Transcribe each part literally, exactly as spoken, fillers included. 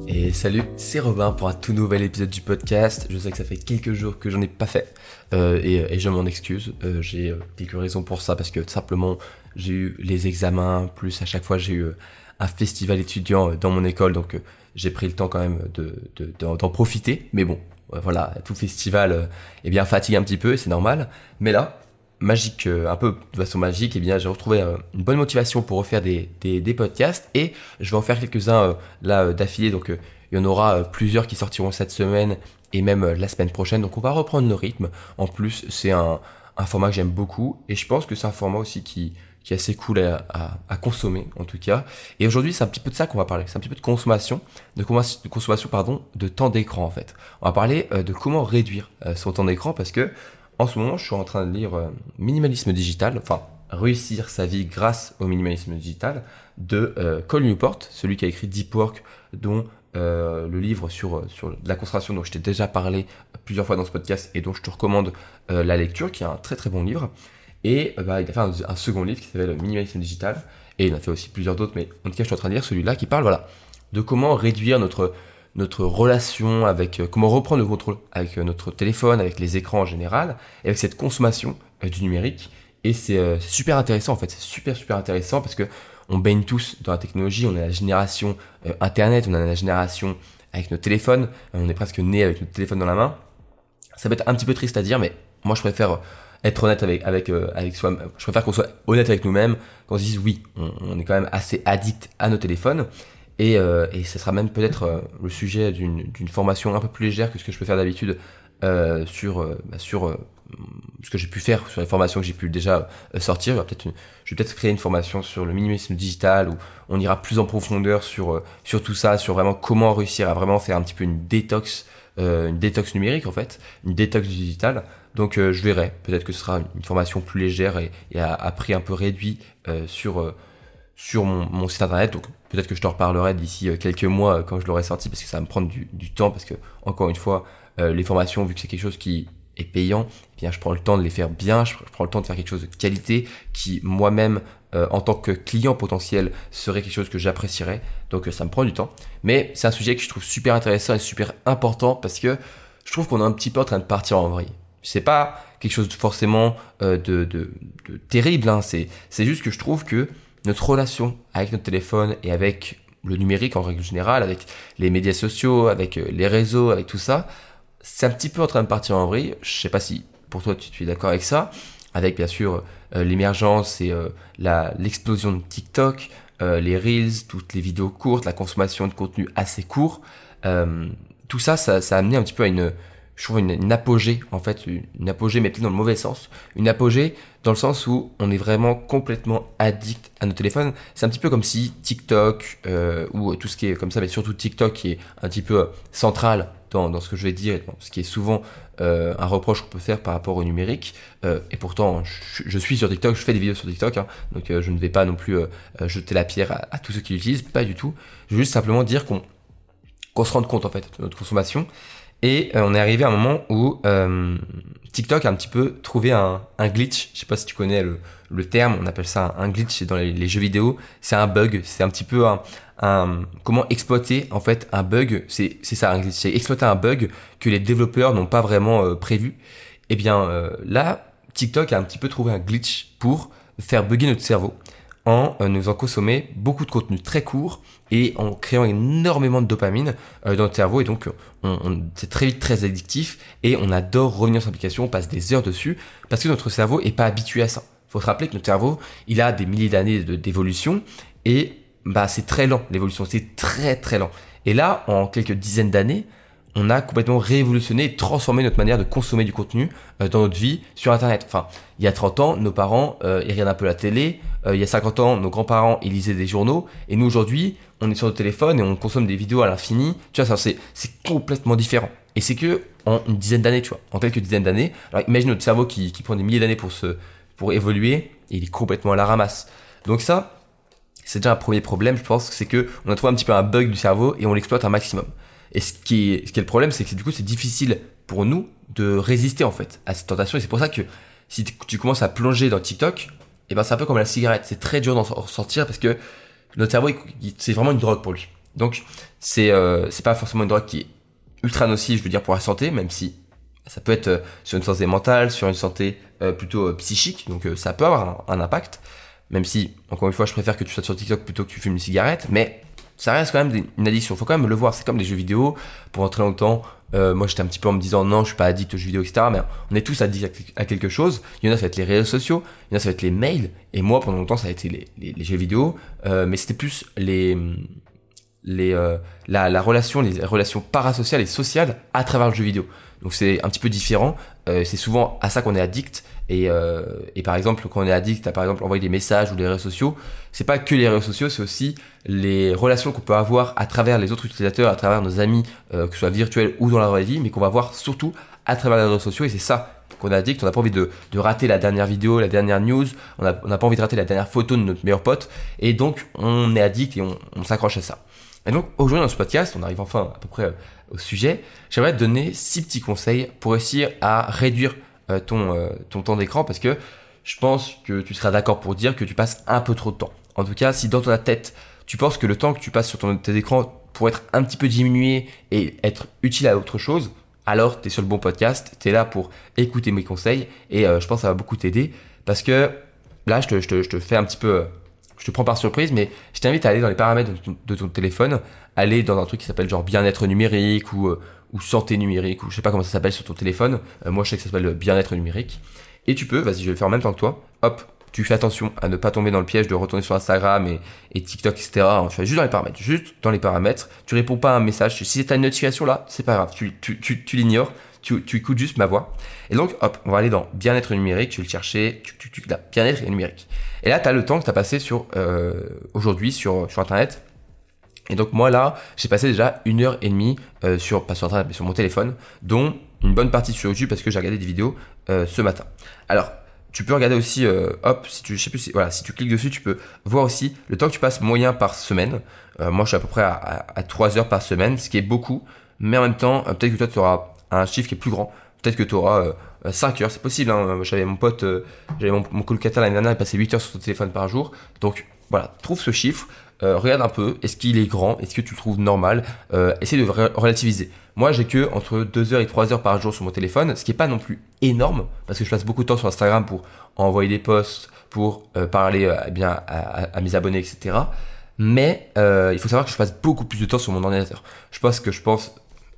Et salut, c'est Robin pour un tout nouvel épisode du podcast. Je sais que ça fait quelques jours que j'en ai pas fait euh, et, et je m'en excuse. Euh, j'ai euh, quelques raisons pour ça parce que tout simplement j'ai eu les examens, plus à chaque fois j'ai eu euh, un festival étudiant euh, dans mon école, donc euh, j'ai pris le temps quand même de, de, de, d'en profiter. Mais bon, euh, voilà, tout festival euh, eh bien fatigue un petit peu et c'est normal. Mais là, magique, euh, un peu de façon magique, eh bien j'ai retrouvé euh, une bonne motivation pour refaire des, des, des podcasts et je vais en faire quelques-uns euh, là euh, d'affilée. Donc euh, il y en aura euh, plusieurs qui sortiront cette semaine et même euh, la semaine prochaine. Donc on va reprendre le rythme. En plus, c'est un, un format que j'aime beaucoup et je pense que c'est un format aussi qui, qui est assez cool à, à, à consommer en tout cas. Et aujourd'hui, c'est un petit peu de ça qu'on va parler. C'est un petit peu de consommation, de, cons- de consommation pardon, de temps d'écran en fait. On va parler euh, de comment réduire euh, son temps d'écran parce que en ce moment, je suis en train de lire euh, Minimalisme digital, enfin réussir sa vie grâce au minimalisme digital de euh, Cal Newport, celui qui a écrit Deep Work, dont euh, le livre sur, sur la concentration dont je t'ai déjà parlé plusieurs fois dans ce podcast et dont je te recommande euh, la lecture, qui est un très très bon livre. Et euh, bah, il a fait un, un second livre qui s'appelle Minimalisme digital, et il en a fait aussi plusieurs d'autres, mais en tout cas je suis en train de lire celui-là qui parle voilà, de comment réduire notre... notre relation avec, euh, comment reprendre le contrôle avec euh, notre téléphone, avec les écrans en général, et avec cette consommation euh, du numérique. Et c'est, euh, c'est super intéressant en fait, c'est super super intéressant parce que on baigne tous dans la technologie, on est la génération euh, internet, on est la génération avec nos téléphones, euh, on est presque né avec notre téléphone dans la main. Ça peut être un petit peu triste à dire, mais moi je préfère être honnête avec avec euh, avec soi. Je préfère qu'on soit honnête avec nous-mêmes, qu'on se dise oui, on, on est quand même assez addict à nos téléphones. Et, euh, et ça sera même peut-être euh, le sujet d'une, d'une formation un peu plus légère que ce que je peux faire d'habitude euh, sur, euh, bah, sur euh, ce que j'ai pu faire, sur les formations que j'ai pu déjà euh, sortir. Il y aura peut-être une, je vais peut-être créer une formation sur le minimalisme digital où on ira plus en profondeur sur, euh, sur tout ça, sur vraiment comment réussir à vraiment faire un petit peu une détox, euh, une détox numérique en fait, une détox digitale. Donc euh, je verrai, peut-être que ce sera une formation plus légère et, et à, à prix un peu réduit euh, sur... Euh, sur mon, mon site internet, donc peut-être que je t'en reparlerai d'ici quelques mois quand je l'aurai sorti parce que ça va me prendre du, du temps parce que encore une fois euh, les formations vu que c'est quelque chose qui est payant, eh bien je prends le temps de les faire bien, je, je prends le temps de faire quelque chose de qualité qui moi-même euh, en tant que client potentiel serait quelque chose que j'apprécierais, donc euh, ça me prend du temps, mais c'est un sujet que je trouve super intéressant et super important parce que je trouve qu'on est un petit peu en train de partir en vrille. C'est pas quelque chose de forcément euh, de, de, de terrible, hein. c'est, c'est juste que je trouve que notre relation avec notre téléphone et avec le numérique en règle générale, avec les médias sociaux, avec les réseaux, avec tout ça, c'est un petit peu en train de partir en vrille. Je sais pas si pour toi tu, tu es d'accord avec ça, avec bien sûr euh, l'émergence et euh, la, l'explosion de TikTok, euh, les Reels, toutes les vidéos courtes, la consommation de contenu assez court. Euh, tout ça, ça, ça a amené un petit peu à une... je trouve une, une apogée, en fait, une apogée, mais peut-être dans le mauvais sens. Une apogée dans le sens où on est vraiment complètement addict à nos téléphones. C'est un petit peu comme si TikTok, euh, ou tout ce qui est comme ça, mais surtout TikTok qui est un petit peu central dans, dans ce que je vais dire, et dans ce qui est souvent euh, un reproche qu'on peut faire par rapport au numérique. Euh, et pourtant, je, je suis sur TikTok, je fais des vidéos sur TikTok, hein, donc euh, je ne vais pas non plus euh, jeter la pierre à, à tous ceux qui l'utilisent, pas du tout. Je veux juste simplement dire qu'on, qu'on se rende compte, en fait, de notre consommation. Et euh, on est arrivé à un moment où euh, TikTok a un petit peu trouvé un, un glitch. Je sais pas si tu connais le, le terme, on appelle ça un, un glitch dans les, les jeux vidéo. C'est un bug, c'est un petit peu un, un comment exploiter en fait un bug. C'est c'est ça un glitch, c'est exploiter un bug que les développeurs n'ont pas vraiment euh, prévu. Et bien euh, là, TikTok a un petit peu trouvé un glitch pour faire bugger notre cerveau en euh, nous faisant consommer beaucoup de contenu très court et en créant énormément de dopamine euh, dans notre cerveau, et donc on, on, c'est très vite très addictif et on adore revenir sur l'application, on passe des heures dessus parce que notre cerveau est pas habitué à ça. Faut se rappeler que notre cerveau, il a des milliers d'années de, d'évolution et bah c'est très lent l'évolution, c'est très très lent. Et là, en quelques dizaines d'années, on a complètement révolutionné et transformé notre manière de consommer du contenu euh, dans notre vie sur Internet. Enfin, il y a trente ans, nos parents, euh, ils regardaient un peu la télé. Euh, il y a cinquante ans, nos grands-parents, ils lisaient des journaux. Et nous, aujourd'hui, on est sur notre téléphone et on consomme des vidéos à l'infini. Tu vois, ça, c'est, c'est complètement différent. Et c'est que en une dizaine d'années, tu vois, en quelques dizaines d'années. Alors, imagine notre cerveau qui, qui prend des milliers d'années pour se, pour évoluer et il est complètement à la ramasse. Donc ça, c'est déjà un premier problème, je pense, c'est que on a trouvé un petit peu un bug du cerveau et on l'exploite un maximum. Et ce qui est, ce qui est le problème, c'est que du coup, c'est difficile pour nous de résister en fait à cette tentation. Et c'est pour ça que si tu commences à plonger dans TikTok, et ben c'est un peu comme la cigarette. C'est très dur d'en sortir parce que notre cerveau, il, il, c'est vraiment une drogue pour lui. Donc c'est euh, c'est pas forcément une drogue qui est ultra nocive, je veux dire, pour la santé, même si ça peut être euh, sur une santé mentale, sur une santé euh, plutôt euh, psychique, donc euh, ça peut avoir un, un impact, même si, encore une fois, je préfère que tu sois sur TikTok plutôt que tu fumes une cigarette, mais ça reste quand même des, une addiction, faut quand même le voir, c'est comme les jeux vidéo, pendant très longtemps, euh, moi j'étais un petit peu en me disant non, je suis pas addict aux jeux vidéo, et cetera, mais on est tous addicts à quelque chose, il y en a ça va être les réseaux sociaux, il y en a ça va être les mails, et moi pendant longtemps ça a été les, les, les jeux vidéo, euh, mais c'était plus les... les euh, la, la relation, les relations parasociales et sociales à travers le jeu vidéo. Donc c'est un petit peu différent. Euh, c'est souvent à ça qu'on est addict. Et, euh, et par exemple, quand on est addict à par exemple envoyer des messages ou les réseaux sociaux, c'est pas que les réseaux sociaux, c'est aussi les relations qu'on peut avoir à travers les autres utilisateurs, à travers nos amis, euh, que ce soit virtuels ou dans la vraie vie, mais qu'on va voir surtout à travers les réseaux sociaux. Et c'est ça qu'on est addict. On n'a pas envie de, de rater la dernière vidéo, la dernière news. On n'a on n'a pas envie de rater la dernière photo de notre meilleur pote. Et donc on est addict et on, on s'accroche à ça. Et donc aujourd'hui dans ce podcast, on arrive enfin à peu près au sujet, j'aimerais te donner six petits conseils pour réussir à réduire euh, ton, euh, ton temps d'écran, parce que je pense que tu seras d'accord pour dire que tu passes un peu trop de temps. En tout cas, si dans ta tête, tu penses que le temps que tu passes sur ton, tes écrans pourrait être un petit peu diminué et être utile à autre chose, alors tu es sur le bon podcast, tu es là pour écouter mes conseils et euh, je pense que ça va beaucoup t'aider, parce que là, je te, je te, je te fais un petit peu... Euh, je te prends par surprise, mais je t'invite à aller dans les paramètres de ton, de ton téléphone, aller dans un truc qui s'appelle genre bien-être numérique ou, euh, ou santé numérique, ou je sais pas comment ça s'appelle sur ton téléphone. Euh, moi, je sais que ça s'appelle bien-être numérique. Et tu peux, vas-y, je vais le faire en même temps que toi. Hop, tu fais attention à ne pas tomber dans le piège de retourner sur Instagram et, et TikTok, et cetera. Tu fais juste dans les paramètres, juste dans les paramètres. Tu réponds pas à un message. Si t'as une notification là, c'est pas grave, tu, tu, tu, tu l'ignores. Tu, tu écoutes juste ma voix. Et donc, hop, on va aller dans bien-être numérique. Tu veux le chercher. Tu, tu, tu, là, bien-être et numérique. Et là, tu as le temps que tu as passé sur, euh, aujourd'hui sur, sur Internet. Et donc, moi, là, j'ai passé déjà une heure et demie, euh, sur, pas sur Internet, mais sur mon téléphone, dont une bonne partie sur YouTube parce que j'ai regardé des vidéos, euh, ce matin. Alors, tu peux regarder aussi, euh, hop, si tu, je sais plus si, voilà, si tu cliques dessus, tu peux voir aussi le temps que tu passes moyen par semaine. Euh, moi, je suis à peu près à, à, à trois heures par semaine, ce qui est beaucoup. Mais en même temps, euh, peut-être que toi, tu auras un chiffre qui est plus grand. Peut-être que tu auras euh, cinq heures, c'est possible. Hein. J'avais mon pote, euh, j'avais mon, mon colocataire l'année dernière, il passait huit heures sur son téléphone par jour. Donc voilà, trouve ce chiffre, euh, regarde un peu, est-ce qu'il est grand, est-ce que tu le trouves normal, euh, essaie de ré- relativiser. Moi, j'ai que entre deux heures et trois heures par jour sur mon téléphone, ce qui est pas non plus énorme, parce que je passe beaucoup de temps sur Instagram pour envoyer des posts, pour euh, parler euh, eh bien, à, à, à mes abonnés, et cetera. Mais euh, il faut savoir que je passe beaucoup plus de temps sur mon ordinateur. Je pense que je pense,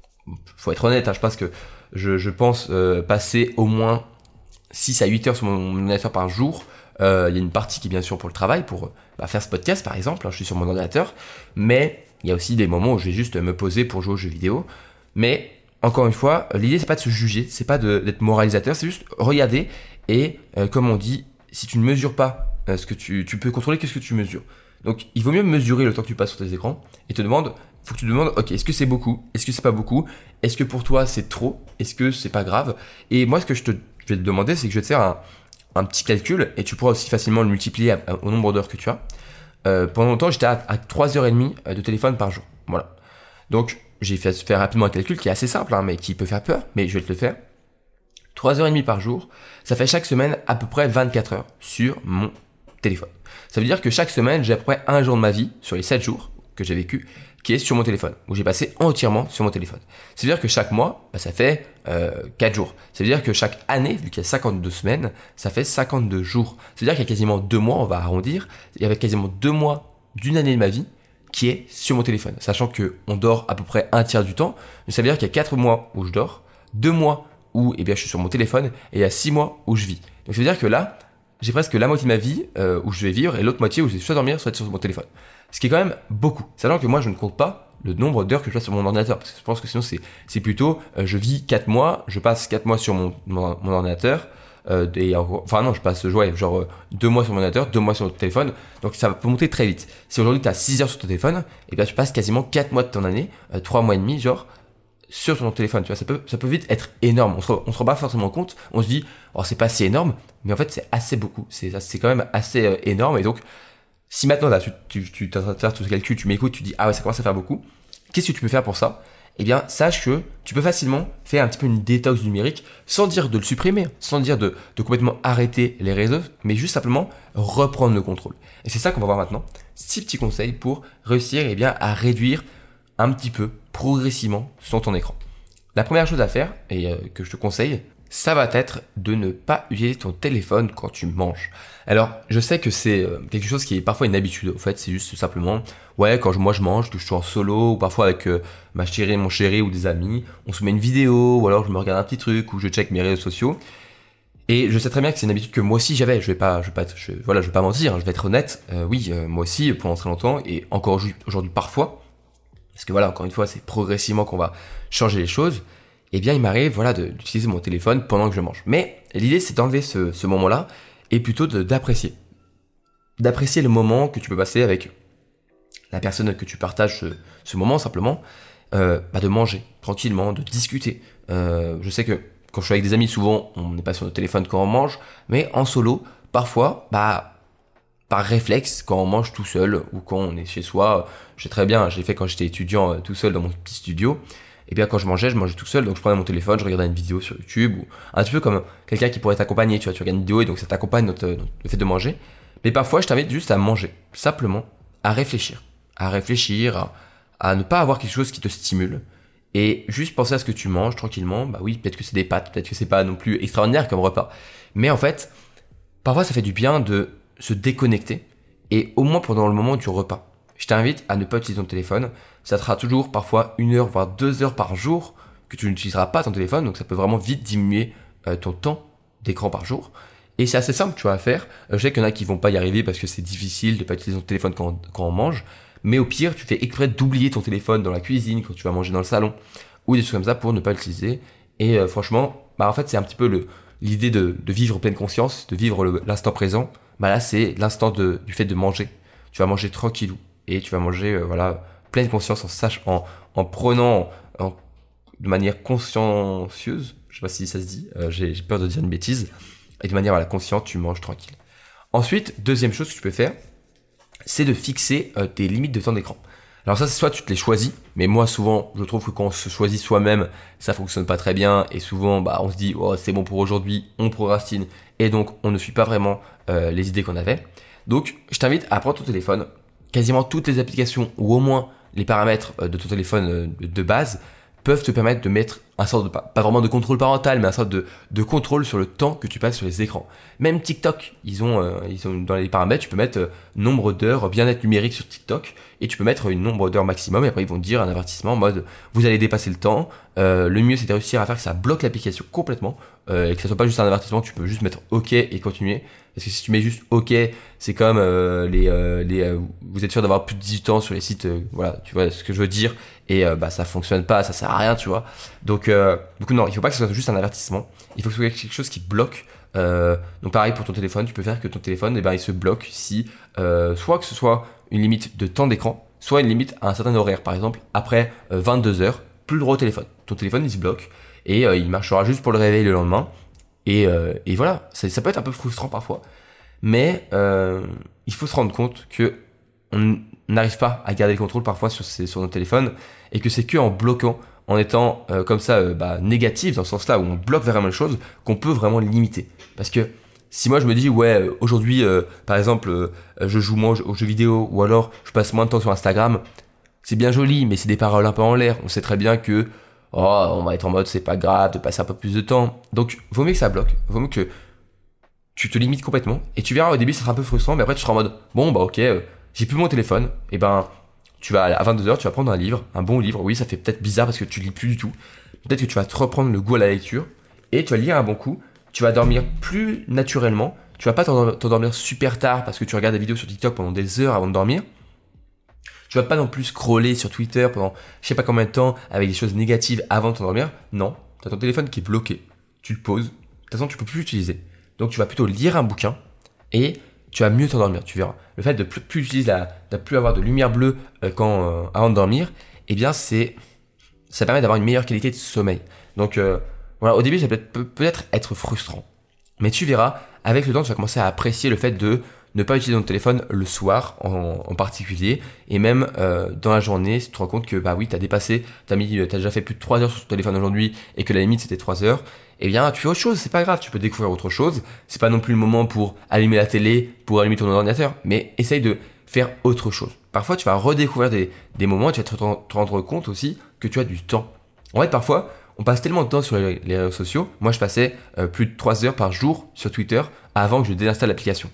faut être honnête, hein, je pense que je, je pense euh, passer au moins six à huit heures sur mon, mon ordinateur par jour. Euh, il y a une partie qui est bien sûr pour le travail, pour bah, faire ce podcast par exemple, hein, je suis sur mon ordinateur, mais il y a aussi des moments où je vais juste me poser pour jouer aux jeux vidéo. Mais encore une fois, l'idée c'est pas de se juger, c'est pas de, d'être moralisateur, c'est juste regarder et euh, comme on dit, si tu ne mesures pas euh, ce que tu, tu peux contrôler, qu'est-ce que tu mesures. Donc il vaut mieux mesurer le temps que tu passes sur tes écrans et te demande, faut que tu te demandes, ok, est-ce que c'est beaucoup, est-ce que c'est pas beaucoup, est-ce que pour toi c'est trop, est-ce que c'est pas grave. Et moi ce que je, te, je vais te demander, c'est que je vais te faire un, un petit calcul et tu pourras aussi facilement le multiplier à, à, au nombre d'heures que tu as. Euh, pendant longtemps j'étais à, à trois heures trente de téléphone par jour, voilà. Donc j'ai fait, fait rapidement un calcul qui est assez simple, hein, mais qui peut faire peur, mais je vais te le faire. trois heures trente par jour, ça fait chaque semaine à peu près vingt-quatre heures sur mon téléphone. Ça veut dire que chaque semaine, j'ai à peu près un jour de ma vie, sur les sept jours que j'ai vécu, qui est sur mon téléphone, où j'ai passé entièrement sur mon téléphone. Ça veut dire que chaque mois, bah, ça fait euh, quatre jours. Ça veut dire que chaque année, vu qu'il y a cinquante-deux semaines, ça fait cinquante-deux jours. Ça veut dire qu'il y a quasiment deux mois, on va arrondir, il y avait quasiment deux mois d'une année de ma vie qui est sur mon téléphone. Sachant qu'on dort à peu près un tiers du temps, mais ça veut dire qu'il y a quatre mois où je dors, deux mois où eh bien, je suis sur mon téléphone, et il y a six mois où je vis. Donc ça veut dire que là, j'ai presque la moitié de ma vie euh, où je vais vivre et l'autre moitié où je vais soit dormir, soit être sur mon téléphone. Ce qui est quand même beaucoup. Sachant que moi, je ne compte pas le nombre d'heures que je passe sur mon ordinateur. Parce que je pense que sinon, c'est, c'est plutôt, euh, je vis quatre mois, je passe quatre mois sur mon, mon, mon ordinateur. Euh, et, enfin non, je passe ouais, genre euh, deux mois sur mon ordinateur, deux mois sur mon téléphone. Donc ça peut monter très vite. Si aujourd'hui, tu as six heures sur ton téléphone, et bien tu passes quasiment quatre mois de ton année, euh, trois mois et demi, genre, sur ton téléphone, tu vois, ça peut, ça peut vite être énorme. On se, on se rend pas forcément compte. On se dit, oh, c'est pas si énorme, mais en fait, c'est assez beaucoup. C'est, c'est quand même assez euh, énorme. Et donc, si maintenant, là, tu, tu, tu es en train de faire tout ce calcul, tu m'écoutes, tu dis, ah ouais, ça commence à faire beaucoup. Qu'est-ce que tu peux faire pour ça? eh bien, sache que tu peux facilement faire un petit peu une détox numérique sans dire de le supprimer, sans dire de, de complètement arrêter les réseaux, mais juste simplement reprendre le contrôle. Et c'est ça qu'on va voir maintenant. Six petits conseils pour réussir eh bien, à réduire un petit peu, progressivement, sur ton écran. La première chose à faire, et euh, que je te conseille, ça va être de ne pas utiliser ton téléphone quand tu manges. Alors, je sais que c'est euh, quelque chose qui est parfois une habitude. En fait, c'est juste simplement, ouais, quand je, moi je mange, que je suis en solo, ou parfois avec euh, ma chérie, mon chéri ou des amis, on se met une vidéo, ou alors je me regarde un petit truc, ou je check mes réseaux sociaux. Et je sais très bien que c'est une habitude que moi aussi j'avais. Je vais pas, je vais pas, je, voilà, je vais pas mentir. Hein, je vais être honnête. Euh, oui, euh, moi aussi pendant très longtemps, et encore aujourd'hui parfois. Parce que voilà, encore une fois, c'est progressivement qu'on va changer les choses. Eh bien, il m'arrive, voilà, de, d'utiliser mon téléphone pendant que je mange. Mais l'idée, c'est d'enlever ce, ce moment-là et plutôt de, d'apprécier. D'apprécier le moment que tu peux passer avec la personne que tu partages ce, ce moment, simplement, euh, bah de manger tranquillement, de discuter. Euh, je sais que quand je suis avec des amis, souvent, on n'est pas sur notre téléphone quand on mange, mais en solo, parfois, bah, par réflexe, quand on mange tout seul ou quand on est chez soi, je sais très bien, j'ai fait quand j'étais étudiant euh, tout seul dans mon petit studio, et bien quand je mangeais, je mangeais tout seul, donc je prenais mon téléphone, je regardais une vidéo sur YouTube, ou un petit peu comme quelqu'un qui pourrait t'accompagner, tu vois, tu regardes une vidéo et donc ça t'accompagne dans, dans le fait de manger. Mais parfois, je t'invite juste à manger, simplement, à réfléchir, à réfléchir, à, à ne pas avoir quelque chose qui te stimule, et juste penser à ce que tu manges tranquillement. Bah oui, peut-être que c'est des pâtes, peut-être que c'est pas non plus extraordinaire comme repas, mais en fait, parfois ça fait du bien de se déconnecter, et au moins pendant le moment du repas. Je t'invite à ne pas utiliser ton téléphone. Ça sera toujours parfois une heure, voire deux heures par jour que tu n'utiliseras pas ton téléphone, donc ça peut vraiment vite diminuer euh, ton temps d'écran par jour. Et c'est assez simple, tu vois, à faire. Euh, je sais qu'il y en a qui vont pas y arriver parce que c'est difficile de pas utiliser ton téléphone quand, quand on mange, mais au pire, tu fais exprès d'oublier ton téléphone dans la cuisine, quand tu vas manger dans le salon, ou des choses comme ça pour ne pas l'utiliser. Et euh, franchement, bah en fait, c'est un petit peu le, l'idée de, de vivre pleine conscience, de vivre le, l'instant présent. Bah là, c'est l'instant de, du fait de manger. Tu vas manger tranquillou et tu vas manger, euh, voilà, pleine conscience en sach, en, en prenant en, de manière consciencieuse. Je sais pas si ça se dit. Euh, j'ai, j'ai peur de dire une bêtise. Et de manière, voilà, consciente, tu manges tranquille. Ensuite, deuxième chose que tu peux faire, c'est de fixer euh, tes limites de temps d'écran. Alors ça, c'est soit tu te les choisis, mais moi souvent, je trouve que quand on se choisit soi-même, ça fonctionne pas très bien, et souvent, bah, on se dit, oh, c'est bon pour aujourd'hui, on procrastine, et donc on ne suit pas vraiment euh, les idées qu'on avait. Donc, je t'invite à prendre ton téléphone, quasiment toutes les applications, ou au moins les paramètres de ton téléphone euh, de base, peuvent te permettre de mettre un sorte de, pas vraiment de contrôle parental, mais un sorte de, de contrôle sur le temps que tu passes sur les écrans. Même TikTok, ils ont, euh, ils ont dans les paramètres, tu peux mettre euh, nombre d'heures bien-être numérique sur TikTok, et tu peux mettre une nombre d'heures maximum, et après ils vont te dire un avertissement en mode, vous allez dépasser le temps, euh, le mieux c'est de réussir à faire que ça bloque l'application complètement, euh, et que ça soit pas juste un avertissement, tu peux juste mettre OK et continuer. Parce que si tu mets juste OK, c'est comme euh, les, euh, les euh, vous êtes sûr d'avoir plus de dix-huit ans sur les sites, euh, voilà, tu vois ce que je veux dire, et euh, bah ça fonctionne pas, ça sert à rien, tu vois. Donc, euh, donc non, il faut pas que ce soit juste un avertissement, il faut que ce soit quelque chose qui bloque. Euh, donc pareil pour ton téléphone, tu peux faire que ton téléphone, eh ben, il se bloque si euh, soit que ce soit une limite de temps d'écran, soit une limite à un certain horaire. Par exemple, après euh, vingt-deux heures, plus le droit au téléphone. Ton téléphone, il se bloque et euh, il marchera juste pour le réveil le lendemain. Et, euh, et voilà, ça, ça peut être un peu frustrant parfois, mais euh, il faut se rendre compte que on n'arrive pas à garder le contrôle parfois sur, ces, sur nos téléphones, et que c'est que en bloquant, en étant euh, comme ça euh, bah, négatif dans ce sens-là, où on bloque vraiment les choses, qu'on peut vraiment limiter. Parce que si moi je me dis, ouais, euh, aujourd'hui, euh, par exemple, euh, je joue moins aux jeux vidéo, ou alors je passe moins de temps sur Instagram, c'est bien joli, mais c'est des paroles un peu en l'air. On sait très bien que oh, on va être en mode c'est pas grave de passer un peu plus de temps. Donc, vaut mieux que ça bloque. Vaut mieux que tu te limites complètement. Et tu verras, au début, ça sera un peu frustrant, mais après, tu seras en mode bon, bah ok, euh, j'ai plus mon téléphone. Et ben, tu vas à vingt-deux heures, tu vas prendre un livre, un bon livre. Oui, ça fait peut-être bizarre parce que tu lis plus du tout. Peut-être que tu vas te reprendre le goût à la lecture et tu vas lire un bon coup. Tu vas dormir plus naturellement. Tu vas pas t'endormir super tard parce que tu regardes des vidéos sur TikTok pendant des heures avant de dormir. Tu vas pas non plus scroller sur Twitter pendant je sais pas combien de temps avec des choses négatives avant de t'endormir. Non, tu as ton téléphone qui est bloqué. Tu le poses. De toute façon, tu peux plus l'utiliser. Donc tu vas plutôt lire un bouquin et tu vas mieux t'endormir, tu verras. Le fait de plus, plus utiliser la, de plus avoir de lumière bleue euh, quand euh, avant de dormir, eh bien c'est ça permet d'avoir une meilleure qualité de sommeil. Donc euh, voilà, au début ça peut être, peut, peut-être être frustrant, mais tu verras avec le temps tu vas commencer à apprécier le fait de ne pas utiliser ton téléphone le soir en, en particulier, et même euh, dans la journée, si tu te rends compte que bah oui, tu as dépassé, tu as déjà fait plus de trois heures sur ton téléphone aujourd'hui et que la limite c'était trois heures, eh bien tu fais autre chose, c'est pas grave, tu peux découvrir autre chose. C'est pas non plus le moment pour allumer la télé, pour allumer ton ordinateur, mais essaye de faire autre chose. Parfois tu vas redécouvrir des, des moments, tu vas te, te rendre compte aussi que tu as du temps. En fait, parfois, on passe tellement de temps sur les, les réseaux sociaux. Moi, je passais euh, plus de trois heures par jour sur Twitter avant que je désinstalle l'application.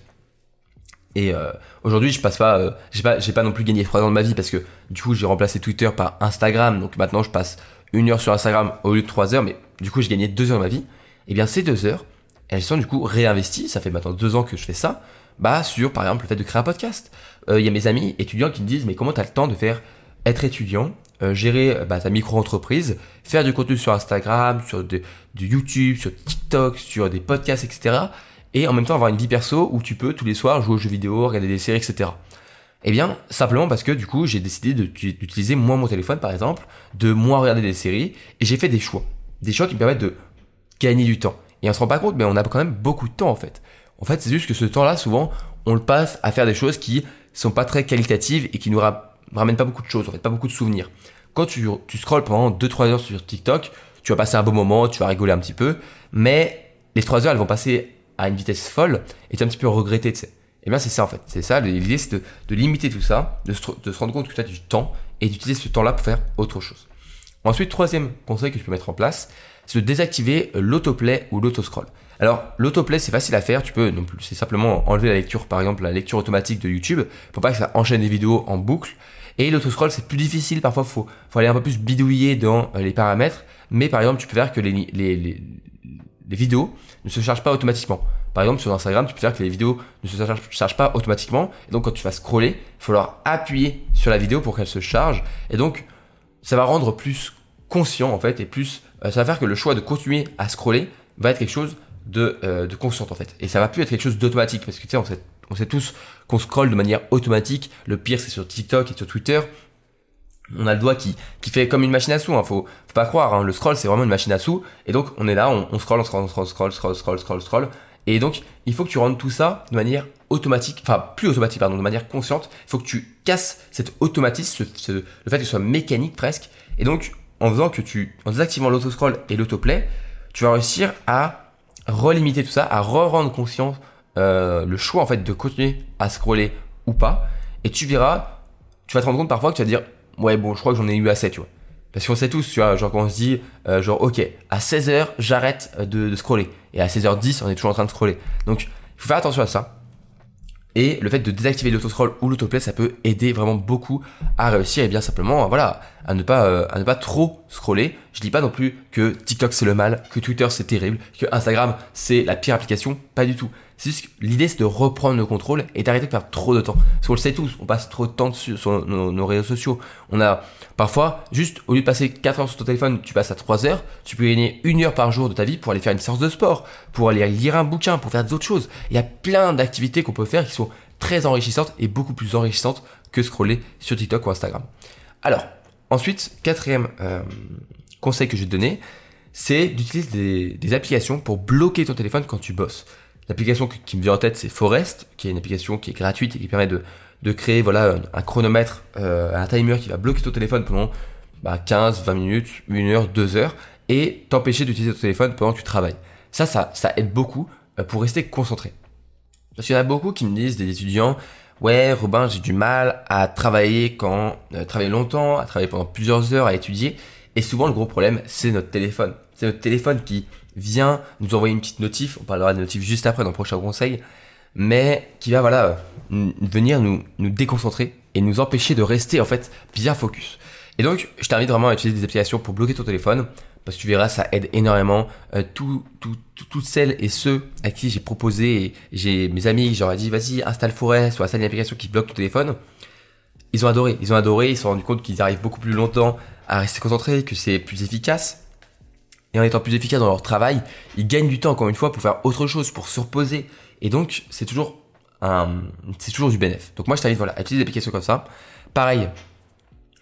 Et euh, aujourd'hui, je passe pas, euh, j'ai pas, j'ai pas non plus gagné trois ans de ma vie parce que du coup, j'ai remplacé Twitter par Instagram. Donc maintenant, je passe une heure sur Instagram au lieu de trois heures, mais du coup, j'ai gagné deux heures de ma vie. Et bien, ces deux heures, elles sont du coup réinvesties. Ça fait maintenant deux ans que je fais ça. Bah, sur par exemple le fait de créer un podcast. Il euh, y a mes amis étudiants qui me disent, mais comment t'as le temps de faire être étudiant? Euh, gérer bah, ta micro-entreprise, faire du contenu sur Instagram, sur de, du YouTube, sur TikTok, sur des podcasts, et cetera. Et en même temps avoir une vie perso où tu peux tous les soirs jouer aux jeux vidéo, regarder des séries, et cetera. Eh bien, simplement parce que du coup, j'ai décidé de, d'utiliser moins mon téléphone, par exemple, de moins regarder des séries, et j'ai fait des choix. Des choix qui me permettent de gagner du temps. Et on se rend pas compte, mais on a quand même beaucoup de temps en fait. En fait, c'est juste que ce temps-là, souvent, on le passe à faire des choses qui sont pas très qualitatives et qui nous rappellent ne ramène pas beaucoup de choses, en fait, pas beaucoup de souvenirs. Quand tu, tu scrolles pendant deux trois heures sur TikTok, tu vas passer un bon moment, tu vas rigoler un petit peu, mais les trois heures, elles vont passer à une vitesse folle et tu vas un petit peu regretter, tu sais. Et bien, c'est ça, en fait. C'est ça, l'idée, c'est de, de limiter tout ça, de se, de se rendre compte que tu as du temps et d'utiliser ce temps-là pour faire autre chose. Ensuite, troisième conseil que tu peux mettre en place, c'est de désactiver l'autoplay ou l'autoscroll. Alors, l'autoplay, c'est facile à faire. Tu peux, non plus, c'est simplement enlever la lecture, par exemple, la lecture automatique de YouTube pour pas que ça enchaîne des vidéos en boucle. Et l'autoscroll, c'est plus difficile. Parfois, faut, faut aller un peu plus bidouiller dans les paramètres. Mais par exemple, tu peux faire que les, les, les, les vidéos ne se chargent pas automatiquement. Par exemple, sur Instagram, tu peux faire que les vidéos ne se chargent, chargent pas automatiquement. Et donc, quand tu vas scroller, il va falloir appuyer sur la vidéo pour qu'elle se charge. Et donc, ça va rendre plus conscient, en fait, et plus, euh, ça va faire que le choix de continuer à scroller va être quelque chose de, euh, de conscient, en fait. Et ça va plus être quelque chose d'automatique. Parce que, tu sais, on sait, on sait tous qu'on scrolle de manière automatique. Le pire, c'est sur TikTok et sur Twitter. On a le doigt qui, qui fait comme une machine à sous, hein. faut, faut pas croire, hein. Le scroll, c'est vraiment une machine à sous. Et donc, on est là, on, on scroll, on scroll, on scroll, scroll, scroll, scroll, scroll, scroll. Et donc, il faut que tu rendes tout ça de manière automatique, enfin, plus automatique, pardon, de manière consciente. Il faut que tu casses cet automatisme, ce, ce, le fait que ce soit mécanique presque. Et donc, en faisant que tu, en désactivant l'autoscroll et l'autoplay, tu vas réussir à relimiter tout ça, à re-rendre conscient euh, le choix, en fait, de continuer à scroller ou pas. Et tu verras, tu vas te rendre compte parfois que tu vas dire, ouais, bon, je crois que j'en ai eu assez, tu vois. Parce qu'on sait tous, tu vois, genre quand on se dit, euh, genre, ok, à seize heures, j'arrête de, de scroller. Et à seize heures dix, on est toujours en train de scroller. Donc, il faut faire attention à ça. Et le fait de désactiver l'autoscroll ou l'autoplay, ça peut aider vraiment beaucoup à réussir et bien simplement, voilà, à ne pas, euh, à ne pas trop scroller. Je dis pas non plus que TikTok c'est le mal, que Twitter c'est terrible, que Instagram c'est la pire application, pas du tout. C'est juste que l'idée c'est de reprendre le contrôle et d'arrêter de perdre trop de temps. Parce qu'on le sait tous, on passe trop de temps dessus, sur nos, nos réseaux sociaux. On a parfois, juste au lieu de passer quatre heures sur ton téléphone, tu passes à trois heures, tu peux gagner une heure par jour de ta vie pour aller faire une séance de sport, pour aller lire un bouquin, pour faire d'autres choses. Il y a plein d'activités qu'on peut faire qui sont très enrichissantes et beaucoup plus enrichissantes que scroller sur TikTok ou Instagram. Alors, ensuite, quatrième euh, conseil que je vais te donner, c'est d'utiliser des, des applications pour bloquer ton téléphone quand tu bosses. L'application qui me vient en tête, c'est Forest, qui est une application qui est gratuite et qui permet de, de créer voilà, un chronomètre, euh, un timer qui va bloquer ton téléphone pendant bah, quinze, vingt minutes, une heure, deux heures et t'empêcher d'utiliser ton téléphone pendant que tu travailles. Ça, ça, ça aide beaucoup pour rester concentré. Parce qu'il y en a beaucoup qui me disent, des étudiants, ouais, Robin, j'ai du mal à travailler quand, euh, travailler longtemps, à travailler pendant plusieurs heures, à étudier. Et souvent, le gros problème, c'est notre téléphone. C'est notre téléphone qui vient nous envoyer une petite notif. On parlera de notif juste après dans le prochain conseil. Mais qui va, voilà, venir nous, nous déconcentrer et nous empêcher de rester, en fait, bien focus. Et donc, je t'invite vraiment à utiliser des applications pour bloquer ton téléphone. Parce que tu verras, ça aide énormément. Euh, tout, tout, tout, toutes celles et ceux à qui j'ai proposé, et j'ai mes amis, j'aurais dit, vas-y, installe Forest ou installe une application qui bloque ton téléphone. Ils ont adoré. Ils ont adoré. Ils se sont rendus compte qu'ils arrivent beaucoup plus longtemps à rester concentrés, que c'est plus efficace. Et en étant plus efficace dans leur travail, ils gagnent du temps, encore une fois, pour faire autre chose, pour se reposer. Et donc, c'est toujours un, c'est toujours du bénéfice. Donc moi, je t'invite, voilà, à utiliser des applications comme ça. Pareil,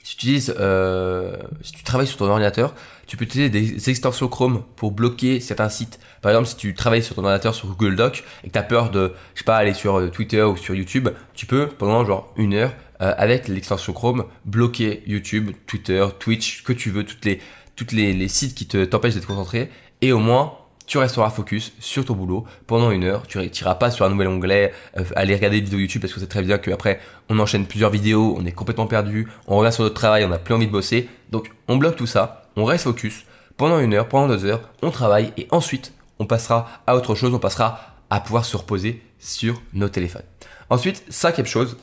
Si tu utilises, euh, si tu travailles sur ton ordinateur, tu peux utiliser des extensions Chrome pour bloquer certains sites. Par exemple, si tu travailles sur ton ordinateur sur Google Docs et que tu as peur de, je sais pas, aller sur Twitter ou sur YouTube, tu peux pendant genre une heure euh, avec l'extension Chrome bloquer YouTube, Twitter, Twitch, que tu veux, toutes les, toutes les, les sites qui te t'empêchent d'être concentré. Et au moins, tu resteras focus sur ton boulot pendant une heure. Tu n'iras pas sur un nouvel onglet, euh, aller regarder des vidéos YouTube parce que c'est très bien qu'après on enchaîne plusieurs vidéos, on est complètement perdu, on revient sur notre travail, on n'a plus envie de bosser. Donc on bloque tout ça, on reste focus pendant une heure, pendant deux heures, on travaille et ensuite on passera à autre chose, on passera à pouvoir se reposer sur nos téléphones. Ensuite, cinquième chose,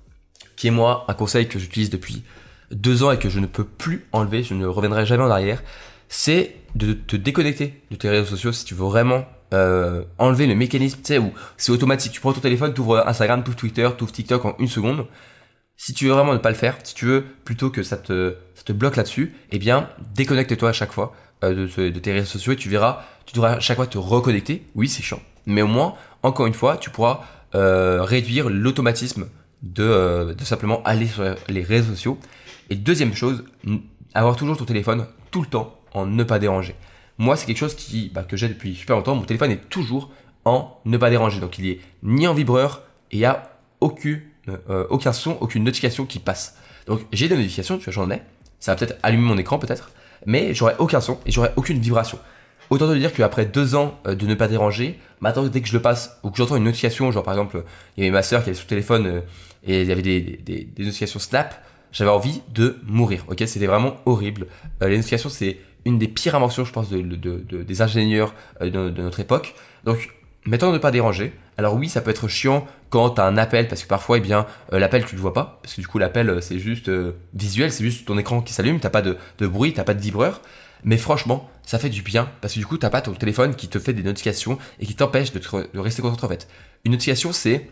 qui est moi un conseil que j'utilise depuis deux ans et que je ne peux plus enlever, je ne reviendrai jamais en arrière, c'est de te déconnecter de tes réseaux sociaux si tu veux vraiment euh, enlever le mécanisme, tu sais, où c'est automatique. Tu prends ton téléphone, tu ouvres Instagram, tu ouvres Twitter, tu ouvres TikTok en une seconde. Si tu veux vraiment ne pas le faire, si tu veux plutôt que ça te, ça te bloque là-dessus, eh bien, déconnecte-toi à chaque fois euh, de, de tes réseaux sociaux et tu verras, tu devras à chaque fois te reconnecter. Oui, c'est chiant, mais au moins, encore une fois, tu pourras euh, réduire l'automatisme de, euh, de simplement aller sur les réseaux sociaux. Et deuxième chose, avoir toujours ton téléphone tout le temps en ne pas déranger. Moi, c'est quelque chose qui, bah, que j'ai depuis super longtemps. Mon téléphone est toujours en ne pas déranger. Donc, il est ni en vibreur et il n'y a aucune, euh, aucun son, aucune notification qui passe. Donc, j'ai des notifications, tu vois, j'en ai. Ça va peut-être allumer mon écran, peut-être. Mais j'aurai aucun son et j'aurai aucune vibration. Autant te dire qu'après deux ans de ne pas déranger, maintenant, dès que je le passe ou que j'entends une notification, genre par exemple, il y avait ma soeur qui avait son téléphone euh, et il y avait des, des, des notifications Snap, j'avais envie de mourir. Ok, c'était vraiment horrible. Euh, les notifications, c'est une des pires inventions, je pense, de, de, de, des ingénieurs de, de notre époque. Donc, mettons de ne pas déranger. Alors oui, ça peut être chiant quand tu as un appel, parce que parfois, eh bien, euh, l'appel, tu le vois pas, parce que du coup, l'appel, c'est juste euh, visuel, c'est juste ton écran qui s'allume, t'as pas de, de bruit, t'as pas de vibreur. Mais franchement, ça fait du bien, parce que du coup, t'as pas ton téléphone qui te fait des notifications et qui t'empêche de, te, de rester concentré en fait. Une notification, c'est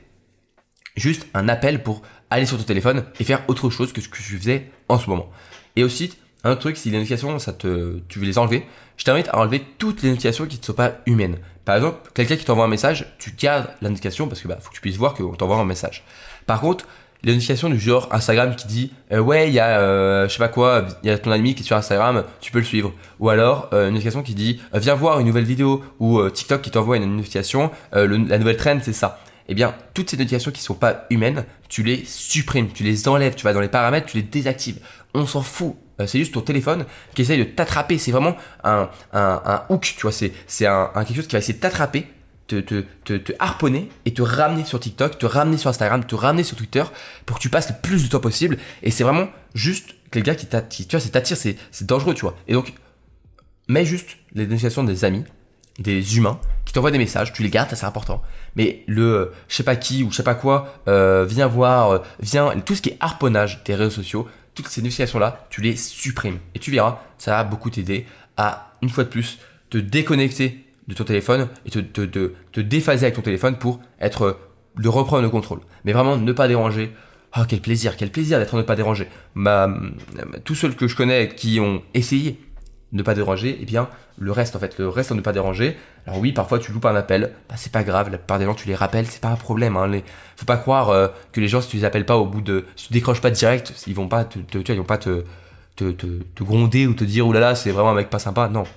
juste un appel pour aller sur ton téléphone et faire autre chose que ce que tu faisais en ce moment. Et aussi, un autre truc, si les notifications, ça te, tu veux les enlever, je t'invite à enlever toutes les notifications qui ne sont pas humaines. Par exemple, quelqu'un qui t'envoie un message, tu gardes la notification parce que bah, faut que tu puisses voir qu'on t'envoie un message. Par contre, les notifications du genre Instagram qui dit euh, ouais, il y a euh, je sais pas quoi, il y a ton ami qui est sur Instagram, tu peux le suivre. Ou alors euh, une notification qui dit euh, viens voir une nouvelle vidéo, ou euh, TikTok qui t'envoie une notification, euh, le, la nouvelle trend c'est ça. Eh bien, toutes ces notifications qui ne sont pas humaines, tu les supprimes, tu les enlèves, tu vas dans les paramètres, tu les désactives. On s'en fout. C'est juste ton téléphone qui essaye de t'attraper. C'est vraiment un, un, un hook, tu vois. C'est, c'est un, un quelque chose qui va essayer de t'attraper, te, te, te, te harponner et te ramener sur TikTok, te ramener sur Instagram, te ramener sur Twitter pour que tu passes le plus de temps possible. Et c'est vraiment juste quelqu'un qui t'attire, tu vois, c'est t'attire, c'est, c'est dangereux, tu vois. Et donc, mets juste les notifications des amis, des humains qui t'envoient des messages, tu les gardes, ça c'est important. Mais le euh, je sais pas qui ou je sais pas quoi, euh, viens voir, euh, viens, tout ce qui est harponnage des réseaux sociaux, toutes ces notifications-là, tu les supprimes. Et tu verras, ça va beaucoup t'aider à, une fois de plus, te déconnecter de ton téléphone et te, te, te, te déphaser avec ton téléphone pour être, de reprendre le contrôle. Mais vraiment, ne pas déranger. Oh, quel plaisir, quel plaisir d'être ne pas déranger. Ma, tous ceux que je connais qui ont essayé de ne pas déranger, eh bien, le reste, en fait, le reste en ne pas déranger. Alors oui, parfois tu loupes un appel, bah, c'est pas grave, la plupart des gens tu les rappelles, c'est pas un problème. Hein, les... Faut pas croire euh, que les gens, si tu les appelles pas au bout de, si tu décroches pas direct, ils vont pas te, te, tu vois, ils vont pas te, te, te, te gronder ou te dire oulala, c'est vraiment un mec pas sympa. Non.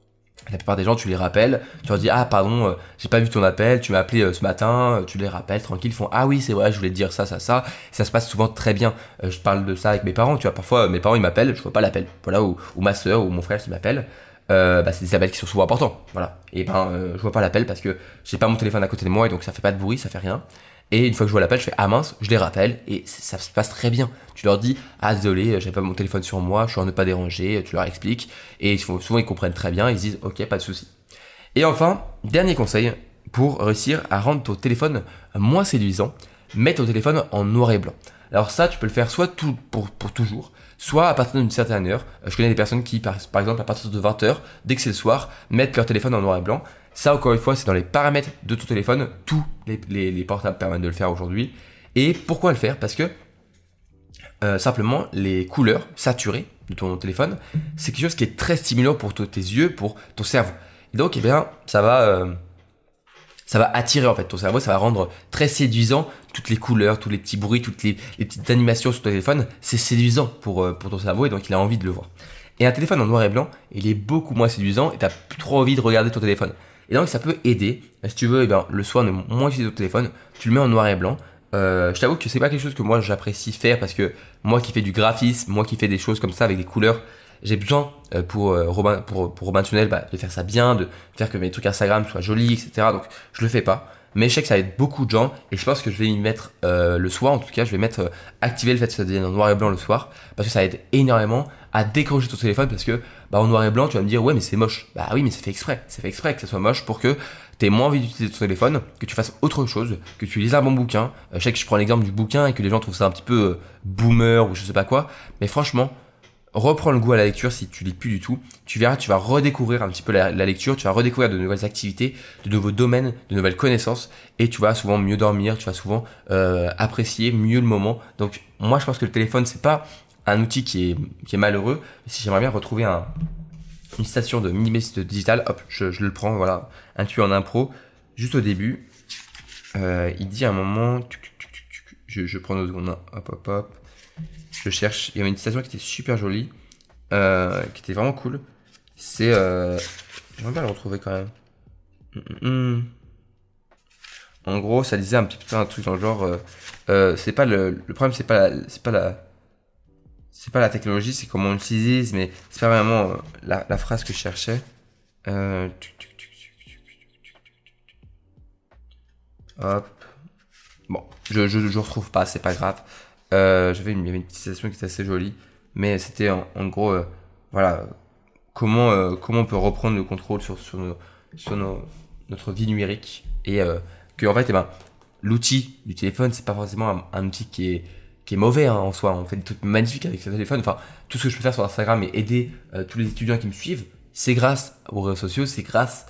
La plupart des gens, tu les rappelles, tu leur dis ah pardon, euh, j'ai pas vu ton appel, tu m'as appelé euh, ce matin, tu les rappelles tranquille, ils font ah oui c'est vrai, je voulais te dire ça ça ça. Et ça se passe souvent très bien. Euh, je parle de ça avec mes parents, tu vois, parfois euh, mes parents ils m'appellent, je vois pas l'appel, voilà, ou, ou ma soeur ou mon frère qui m'appelle. Euh, bah, c'est des appels qui sont souvent importants, voilà. Et ben euh, je vois pas l'appel parce que j'ai pas mon téléphone à côté de moi et donc ça fait pas de bruit, ça fait rien. Et une fois que je vois l'appel, je fais ah mince, je les rappelle et ça se passe très bien. Tu leur dis ah désolé, j'avais pas mon téléphone sur moi, je suis en ne pas déranger, tu leur expliques et souvent ils comprennent très bien, ils se disent ok pas de souci. Et enfin, dernier conseil pour réussir à rendre ton téléphone moins séduisant, mets ton téléphone en noir et blanc. Alors ça, tu peux le faire soit tout, pour, pour toujours, soit à partir d'une certaine heure. Je connais des personnes qui, par, par exemple, à partir de vingt heures, dès que c'est le soir, mettent leur téléphone en noir et blanc. Ça, encore une fois, c'est dans les paramètres de ton téléphone. Tous les, les, les portables permettent de le faire aujourd'hui. Et pourquoi le faire ? Parce que euh, simplement, les couleurs saturées de ton téléphone, c'est quelque chose qui est très stimulant pour t- tes yeux, pour ton cerveau. Et donc, eh bien, ça va, euh, ça va attirer en fait ton cerveau, ça va rendre très séduisant toutes les couleurs, tous les petits bruits, toutes les, les petites animations sur ton téléphone. C'est séduisant pour, euh, pour ton cerveau et donc il a envie de le voir. Et un téléphone en noir et blanc, il est beaucoup moins séduisant et t'as plus trop envie de regarder ton téléphone. Et donc ça peut aider. Si tu veux, eh ben, le soir, ne moins utiliser ton téléphone, tu le mets en noir et blanc. Euh, je t'avoue que c'est pas quelque chose que moi j'apprécie faire parce que moi qui fais du graphisme, moi qui fais des choses comme ça avec des couleurs, j'ai besoin euh, pour, euh, Robin, pour, pour Robin Tunnel bah, de faire ça bien, de faire que mes trucs Instagram soient jolis, et cetera. Donc je le fais pas. Mais je sais que ça aide beaucoup de gens et je pense que je vais y mettre euh, le soir, en tout cas je vais mettre euh, activer le fait que ça devienne en noir et blanc le soir parce que ça aide énormément à décrocher ton téléphone parce que bah, en noir et blanc tu vas me dire ouais mais c'est moche. Bah oui mais c'est fait exprès, c'est fait exprès que ça soit moche pour que t'aies moins envie d'utiliser ton téléphone, que tu fasses autre chose, que tu lises un bon bouquin. Euh, je sais que je prends l'exemple du bouquin et que les gens trouvent ça un petit peu euh, boomer ou je sais pas quoi, mais franchement reprends le goût à la lecture si tu lis plus du tout. Tu verras, tu vas redécouvrir un petit peu la, la lecture, tu vas redécouvrir de nouvelles activités, de nouveaux domaines, de nouvelles connaissances et tu vas souvent mieux dormir, tu vas souvent euh, apprécier mieux le moment. Donc moi je pense que le téléphone c'est pas un outil qui est, qui est malheureux. Si j'aimerais bien retrouver un, une station de minimaliste digital, hop, je, je le prends, voilà, un tuyau en impro, juste au début. Euh, il dit à un moment, je, je prends deux secondes, hop hop hop. Je cherche, il y avait une citation qui était super jolie, euh, qui était vraiment cool. C'est, euh, j'aimerais bien le retrouver quand même. Mm-mm. En gros, ça disait un petit peu un truc dans le genre, euh, euh, c'est pas le, le problème, c'est pas, la, c'est pas la, c'est pas la technologie, c'est comment on l'utilise, mais c'est pas vraiment la, la phrase que je cherchais. Euh, hop. Bon, je, je, je retrouve pas, c'est pas grave. Euh, j'avais une, il y avait une petite citation qui était assez jolie, mais c'était en, en gros, euh, voilà, comment, euh, comment on peut reprendre le contrôle sur, sur, nos, sur nos, notre vie numérique et euh, que en fait, eh ben, l'outil du téléphone, c'est pas forcément un, un outil qui est, qui est mauvais hein, en soi. On fait des trucs magnifiques avec ce téléphone. Enfin, tout ce que je peux faire sur Instagram et aider euh, tous les étudiants qui me suivent, c'est grâce aux réseaux sociaux, c'est grâce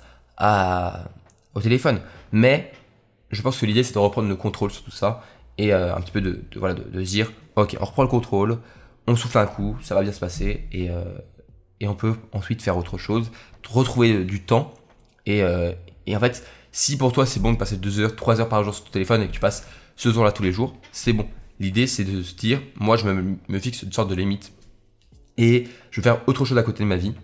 à, au téléphone. Mais je pense que l'idée, c'est de reprendre le contrôle sur tout ça. Et euh, un petit peu de, de, voilà, de, de se dire, ok, on reprend le contrôle, on souffle un coup, ça va bien se passer, et, euh, et on peut ensuite faire autre chose, retrouver du temps. Et, euh, et en fait, si pour toi c'est bon de passer deux heures, trois heures par jour sur ton téléphone et que tu passes ce temps-là tous les jours, c'est bon. L'idée c'est de se dire, moi je me, me fixe une sorte de limite et je veux faire autre chose à côté de ma vie.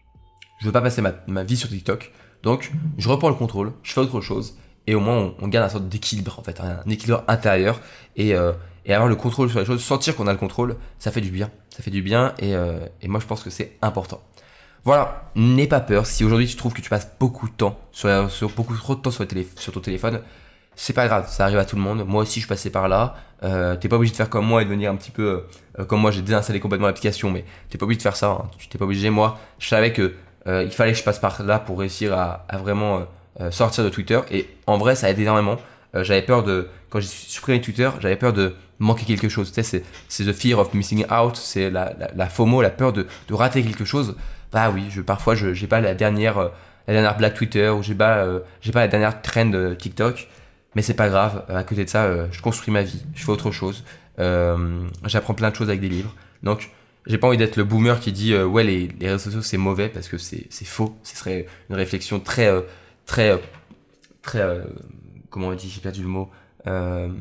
Je veux pas passer ma, ma vie sur TikTok, donc je reprends le contrôle, je fais autre chose. Et au moins, on, on garde un sorte d'équilibre, en fait, un équilibre intérieur. Et, euh, et avoir le contrôle sur les choses, sentir qu'on a le contrôle, ça fait du bien. Ça fait du bien et, euh, et moi, je pense que c'est important. Voilà, n'aie pas peur. Si aujourd'hui, tu trouves que tu passes beaucoup de temps, sur, sur beaucoup trop de temps sur, le télé, sur ton téléphone, c'est pas grave, ça arrive à tout le monde. Moi aussi, je passais par là. Euh, t'es pas obligé de faire comme moi et de devenir un petit peu euh, comme moi. J'ai désinstallé complètement l'application, mais t'es pas obligé de faire ça. Hein. Tu t'es pas obligé. Moi, je savais que euh, il fallait que je passe par là pour réussir à, à vraiment... Euh, Euh, sortir de Twitter et en vrai ça aide énormément. Euh, j'avais peur de, quand j'ai supprimé Twitter, j'avais peur de manquer quelque chose. Tu sais, c'est, c'est the fear of missing out, c'est la, la, la FOMO, la peur de, de rater quelque chose. Bah oui, je, parfois je, j'ai pas la dernière, euh, la dernière blague Twitter ou j'ai pas, euh, j'ai pas la dernière trend euh, TikTok, mais c'est pas grave. Euh, à côté de ça, euh, je construis ma vie, je fais autre chose. Euh, j'apprends plein de choses avec des livres. Donc j'ai pas envie d'être le boomer qui dit euh, ouais les, les réseaux sociaux c'est mauvais parce que c'est, c'est faux. Ce serait une réflexion très euh, très très euh, comment on dit, j'ai perdu le mot, euh,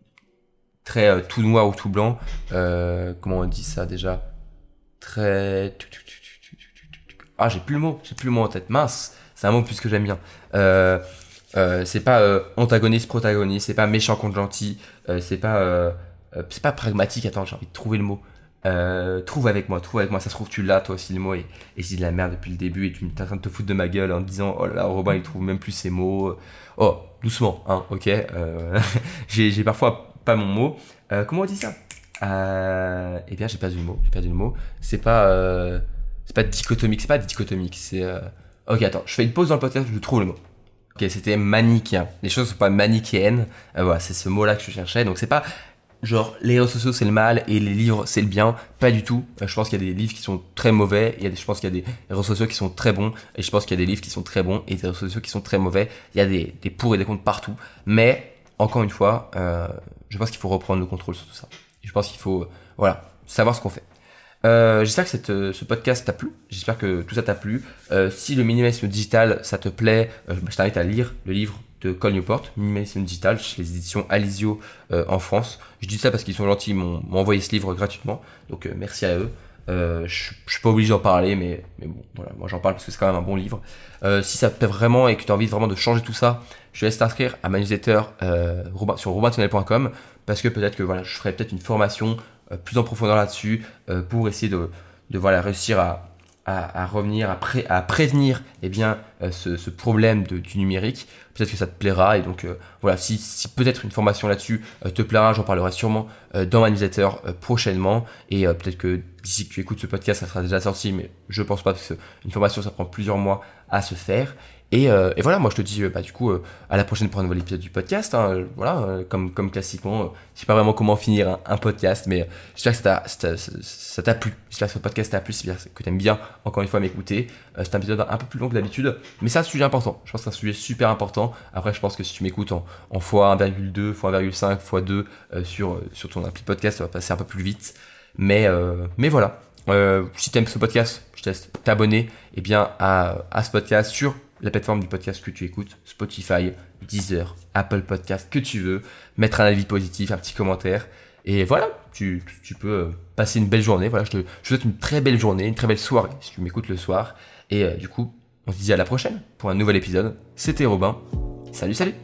très euh, tout noir ou tout blanc, euh, comment on dit ça déjà, très ah j'ai plus le mot j'ai plus le mot en tête, mince, c'est un mot plus que j'aime bien. euh, euh, c'est pas euh, antagoniste protagoniste, c'est pas méchant contre gentil, euh, c'est pas euh, euh, c'est pas pragmatique. Attends, j'ai envie de trouver le mot. Euh, trouve avec moi, trouve avec moi, ça se trouve tu l'as toi aussi le mot et, et c'est de la merde depuis le début et tu es en train de te foutre de ma gueule en te disant oh là là Robin il trouve même plus ses mots. Oh doucement hein, ok, euh, j'ai, j'ai parfois pas mon mot. Euh, comment on dit ça? euh, Eh bien j'ai perdu le mot, j'ai perdu le mot. C'est pas euh, c'est pas dichotomique, c'est pas dichotomique, c'est euh... ok attends, je fais une pause dans le podcast, je trouve le mot. Ok, c'était manichéen. Les choses sont pas manichéennes. Euh, voilà, c'est ce mot-là que je cherchais. Donc c'est pas genre les réseaux sociaux c'est le mal et les livres c'est le bien, pas du tout. Euh, je pense qu'il y a des livres qui sont très mauvais, il y a des, je pense qu'il y a des réseaux sociaux qui sont très bons et je pense qu'il y a des livres qui sont très bons et des réseaux sociaux qui sont très mauvais. Il y a des, des pour et des contre partout. Mais encore une fois, euh, je pense qu'il faut reprendre le contrôle sur tout ça. Je pense qu'il faut, euh, voilà, savoir ce qu'on fait. Euh, j'espère que cette, ce podcast t'a plu. J'espère que tout ça t'a plu. Euh, si le minimalisme digital ça te plaît, euh, je t'invite à lire le livre de Cole Newport, Minimalisme Digital, chez les éditions Alizio euh, en France. Je dis ça parce qu'ils sont gentils, ils m'ont, m'ont envoyé ce livre gratuitement, donc euh, merci à eux. Euh, je, je suis pas obligé d'en parler, mais, mais bon, voilà, moi j'en parle parce que c'est quand même un bon livre. Euh, si ça te plaît vraiment et que tu as envie vraiment de changer tout ça, je te laisse t'inscrire à ma newsletter euh, sur robin tunnel point com, parce que peut-être que voilà, je ferai peut-être une formation euh, plus en profondeur là-dessus euh, pour essayer de, de voilà, réussir à, à, à revenir, à, pré, à prévenir eh bien, euh, ce, ce problème de, du numérique. Peut-être que ça te plaira, et donc euh, voilà, si, si peut-être une formation là-dessus euh, te plaira, j'en parlerai sûrement euh, dans ma newsletter euh, prochainement, et euh, peut-être que d'ici que tu écoutes ce podcast, ça sera déjà sorti, mais je pense pas, parce qu'une formation, ça prend plusieurs mois à se faire. Et, euh, et voilà, moi je te dis, euh, bah, du coup, euh, à la prochaine pour un nouvel épisode du podcast. Hein, euh, voilà, euh, comme, comme classiquement, euh, je sais pas vraiment comment finir un, un podcast, mais euh, j'espère que ça t'a, ça, t'a, ça t'a plu. J'espère que ce podcast t'a plu, j'espère que t'aimes bien, encore une fois, m'écouter. Euh, c'est un épisode un peu plus long que d'habitude, mais c'est un sujet important. Je pense que c'est un sujet super important. Après, je pense que si tu m'écoutes en, en fois un virgule deux, fois un virgule cinq, fois deux euh, sur, sur ton appli podcast, ça va passer un peu plus vite. Mais, euh, mais voilà. Euh, si tu aimes ce podcast, je te laisse t'abonner eh bien, à, à ce podcast sur la plateforme du podcast que tu écoutes, Spotify, Deezer, Apple Podcast, que tu veux, mettre un avis positif, un petit commentaire. Et voilà, tu, tu peux passer une belle journée. Voilà, je te, je te souhaite une très belle journée, une très belle soirée si tu m'écoutes le soir. Et euh, du coup, on se dit à la prochaine pour un nouvel épisode. C'était Robin. Salut, salut!